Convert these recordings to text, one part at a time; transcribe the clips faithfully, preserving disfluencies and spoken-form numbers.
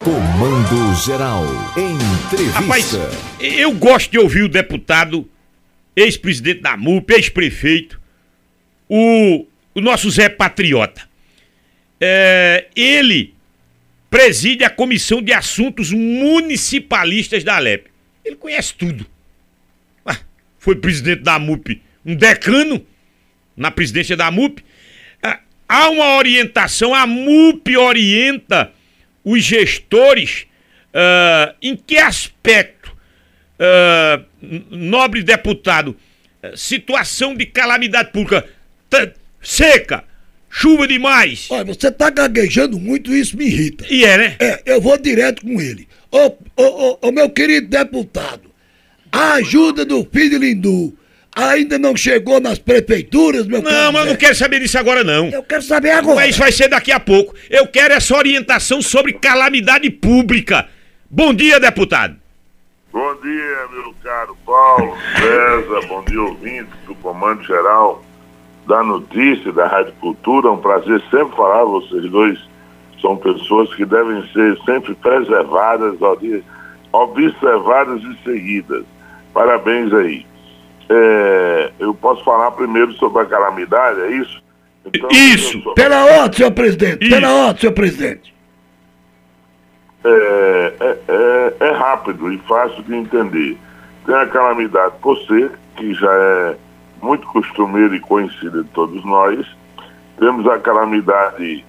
Comando Geral. Entrevista. Rapaz, eu gosto de ouvir o deputado, ex-presidente da M U P, ex-prefeito, o, o nosso Zé Patriota. É, ele preside a Comissão de Assuntos Municipalistas da Alep. Ele conhece tudo. Ah, foi presidente da M U P, um decano na presidência da M U P. Ah, há uma orientação, a M U P orienta os gestores uh, em que aspecto, uh, nobre deputado, uh, situação de calamidade pública, seca, chuva demais. Olha, você tá gaguejando muito e isso me irrita. E é, né? É, eu vou direto com ele. Ô, ô, ô, ô meu querido deputado, a ajuda do filho Lindu ainda não chegou nas prefeituras, meu caro? Não, mas eu não quero saber disso agora, não. Eu quero saber agora. Mas isso vai ser daqui a pouco. Eu quero essa orientação sobre calamidade pública. Bom dia, deputado. Bom dia, meu caro Paulo, César, bom dia, ouvintes do Comando Geral da Notícia, da Rádio Cultura. É um prazer sempre falar, vocês dois são pessoas que devem ser sempre preservadas, observadas e seguidas. Parabéns aí. É, eu posso falar primeiro sobre a calamidade, é isso? Então, isso! Sou... Pela ordem, senhor presidente, isso. Pela ordem, senhor presidente. É, é, é, é rápido e fácil de entender. Tem a calamidade por seca, que já é muito costumeira e conhecida de todos nós. Temos a calamidade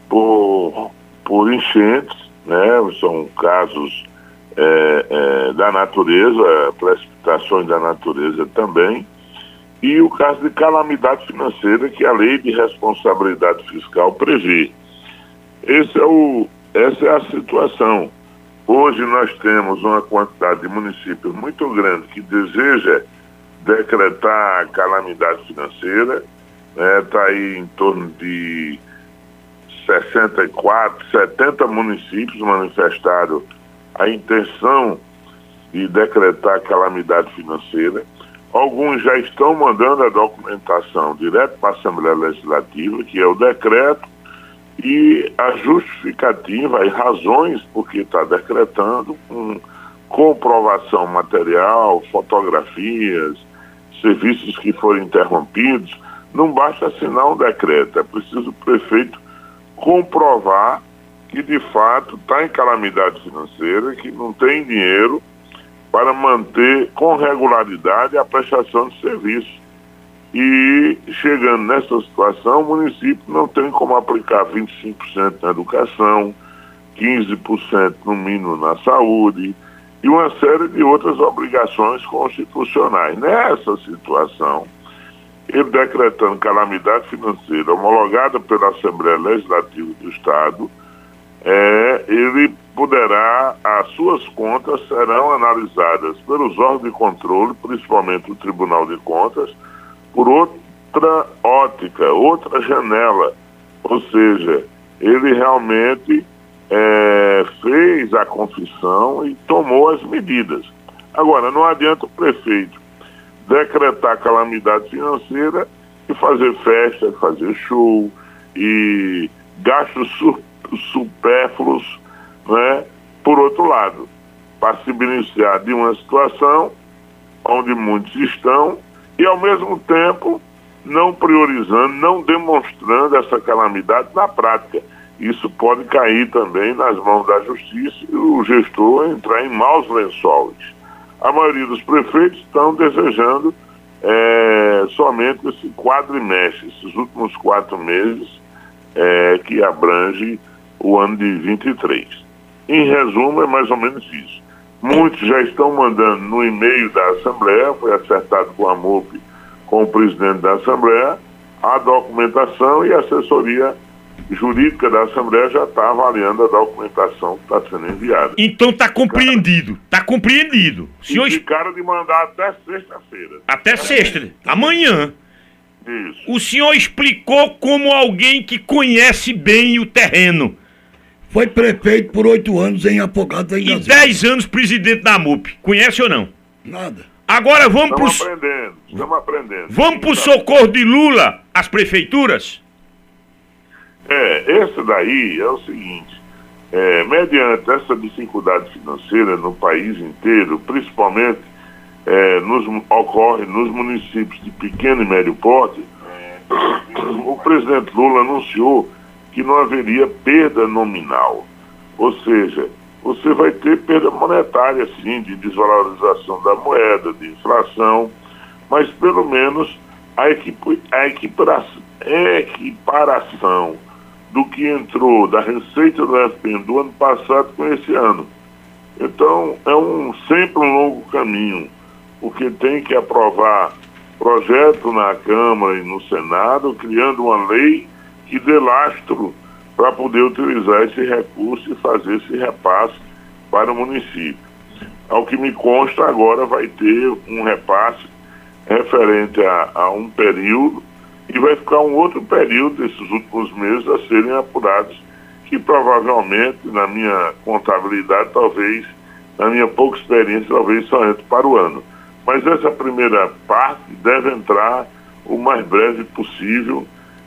por, por enchentes, né? São casos é, é, da natureza, precipitações da natureza também. E o caso de calamidade financeira, que a Lei de Responsabilidade Fiscal prevê. Esse é o, essa é a situação. Hoje nós temos uma quantidade de municípios muito grande que deseja decretar a calamidade financeira, está né, aí em torno de sessenta e quatro, setenta municípios manifestaram a intenção de decretar a calamidade financeira. Alguns já estão mandando a documentação direto para a Assembleia Legislativa, que é o decreto, e a justificativa e razões porque está decretando, com comprovação material, fotografias, serviços que foram interrompidos. Não basta assinar um decreto, é preciso o prefeito comprovar que de fato está em calamidade financeira, que não tem dinheiro para manter com regularidade a prestação de serviço. E chegando nessa situação, o município não tem como aplicar vinte e cinco por cento na educação, quinze por cento no mínimo na saúde e uma série de outras obrigações constitucionais. Nessa situação, ele decretando calamidade financeira homologada pela Assembleia Legislativa do Estado, é, ele poderá, as suas contas serão analisadas pelos órgãos de controle, principalmente o Tribunal de Contas, por outra ótica, outra janela. Ou seja, ele realmente é, fez a confissão e tomou as medidas. Agora, não adianta o prefeito decretar calamidade financeira e fazer festa, fazer show e gastos su- supérfluos, né? Por outro lado, para se beneficiar de uma situação onde muitos estão e, ao mesmo tempo, não priorizando, não demonstrando essa calamidade na prática. Isso pode cair também nas mãos da justiça e o gestor entrar em maus lençóis. A maioria dos prefeitos estão desejando é, somente esse quadrimestre, esses últimos quatro meses, é, que abrange o ano de vinte e três. Em resumo, é mais ou menos isso. Muitos já estão mandando no e-mail da Assembleia, foi acertado com a M U P, com o presidente da Assembleia, a documentação, e a assessoria jurídica da Assembleia já está avaliando a documentação que está sendo enviada. Então está compreendido, está compreendido. O senhor... E ficaram de mandar até sexta-feira. Até sexta, amanhã. Isso. O senhor explicou como alguém que conhece bem o terreno. Foi prefeito por oito anos em Afogados em E Gazeta. dez anos presidente da M U P. Conhece ou não? Nada. Agora vamos Estamos pro... aprendendo, estamos aprendendo. Vamos pro socorro de Lula às prefeituras? É, esse daí é o seguinte, É, mediante essa dificuldade financeira no país inteiro, principalmente é, nos, ocorre nos municípios de pequeno e médio porte, o presidente Lula anunciou que não haveria perda nominal. Ou seja, você vai ter perda monetária, sim, de desvalorização da moeda, de inflação, mas pelo menos a, equipe, a equiparação, equiparação do que entrou da receita do F P M do ano passado com esse ano. Então, é um, sempre um longo caminho, porque tem que aprovar projeto na Câmara e no Senado, criando uma lei que dê lastro para poder utilizar esse recurso e fazer esse repasse para o município. Ao que me consta, agora vai ter um repasse referente a, a um período e vai ficar um outro período desses últimos meses a serem apurados, que provavelmente, na minha contabilidade, talvez, na minha pouca experiência, talvez só entre para o ano. Mas essa primeira parte deve entrar o mais breve possível.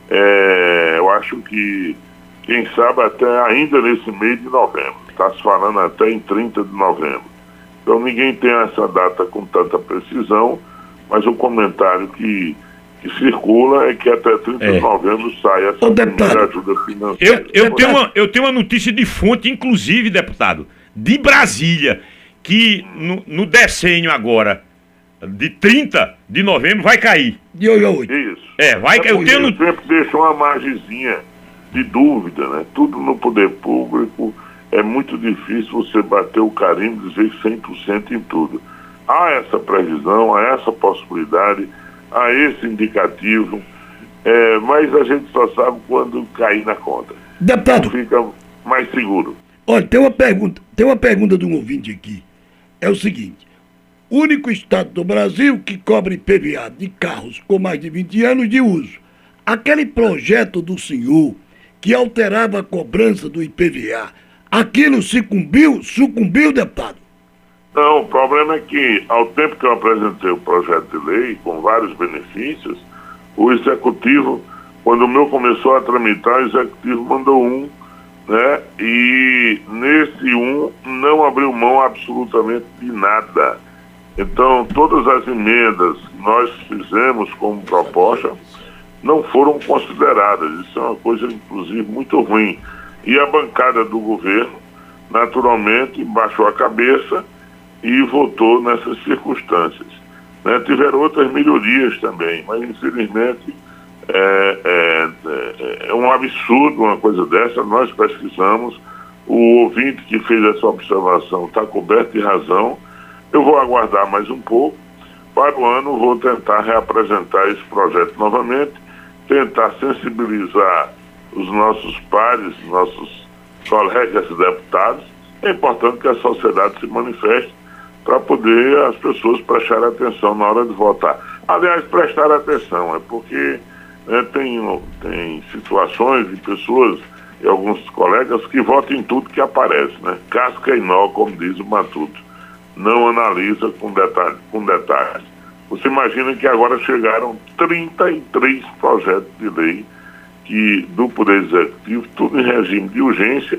É, eu acho que, quem sabe, até ainda nesse mês de novembro. Está se falando até em trinta de novembro. Então ninguém tem essa data com tanta precisão, mas o comentário que, que circula é que até trinta de novembro sai essa primeira ajuda financeira. Eu, eu, tenho uma, eu tenho uma notícia de fonte, inclusive, deputado, de Brasília, que no, no decênio agora de trinta de novembro vai cair. De hoje a hoje. Isso. É, vai cair. Eu tenho no... sempre deixa uma margenzinha de dúvida, né? Tudo no poder público é muito difícil você bater o carimbo e dizer cem por cento em tudo. Há essa previsão, há essa possibilidade, há esse indicativo, é, mas a gente só sabe quando cair na conta. Deputado, então fica mais seguro. Olha, tem uma pergunta, tem uma pergunta de um ouvinte aqui. É o seguinte: único estado do Brasil que cobra I P V A de carros com mais de vinte anos de uso. Aquele projeto do senhor que alterava a cobrança do I P V A, aquilo sucumbiu, sucumbiu, deputado? Não, o problema é que, ao tempo que eu apresentei o projeto de lei, com vários benefícios, o Executivo, quando o meu começou a tramitar, o Executivo mandou um, né? E nesse um não abriu mão absolutamente de nada. Então, todas as emendas que nós fizemos como proposta não foram consideradas. Isso é uma coisa, inclusive, muito ruim. E a bancada do governo, naturalmente, baixou a cabeça e votou nessas circunstâncias. Né? Tiveram outras melhorias também, mas, infelizmente, é, é, é, é um absurdo uma coisa dessa. Nós pesquisamos, o ouvinte que fez essa observação está coberto de razão. Eu vou aguardar mais um pouco. Para o ano, vou tentar reapresentar esse projeto novamente, tentar sensibilizar os nossos pares, nossos colegas deputados. É importante que a sociedade se manifeste para poder as pessoas prestarem atenção na hora de votar. Aliás, prestar atenção, é porque né, tem, tem situações de pessoas e alguns colegas que votam em tudo que aparece, né? Casca e nó, como diz o Matuto. Não analisa com, detalhe, com detalhes. Você imagina que agora chegaram trinta e três projetos de lei que, do Poder Executivo, tudo em regime de urgência,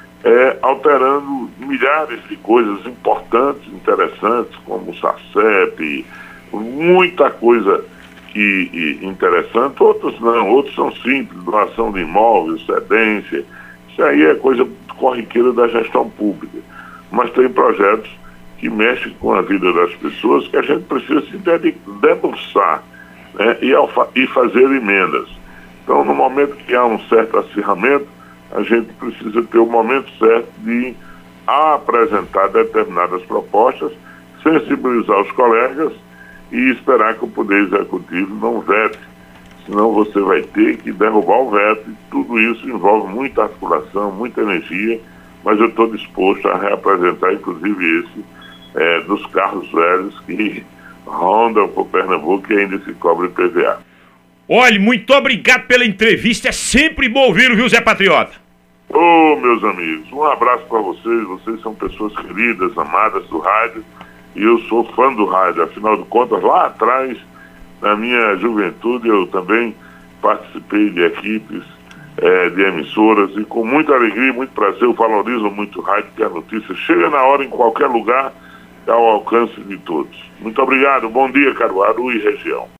é, alterando milhares de coisas importantes, interessantes, como o SACEP, muita coisa que, e, interessante, outros não, outros são simples, doação de imóveis, cedência, isso aí é coisa corriqueira da gestão pública. Mas tem projetos que mexem com a vida das pessoas que a gente precisa se debruçar, né, e, e fazer emendas. Então, no momento que há um certo acirramento, a gente precisa ter o momento certo de apresentar determinadas propostas, sensibilizar os colegas e esperar que o Poder Executivo não vete. Senão você vai ter que derrubar o veto, e tudo isso envolve muita articulação, muita energia, mas eu estou disposto a reapresentar, inclusive, esse é, dos carros velhos que rondam por Pernambuco e ainda se cobra I P V A. Olha, muito obrigado pela entrevista, é sempre bom ouvir, viu, Zé Patriota? Ô, oh, meus amigos, um abraço para vocês, vocês são pessoas queridas, amadas do rádio, e eu sou fã do rádio, afinal de contas, lá atrás, na minha juventude, eu também participei de equipes é, de emissoras, e com muita alegria, muito prazer, eu valorizo muito o rádio, que a notícia chega na hora, em qualquer lugar, ao alcance de todos. Muito obrigado, bom dia, Caruaru e região.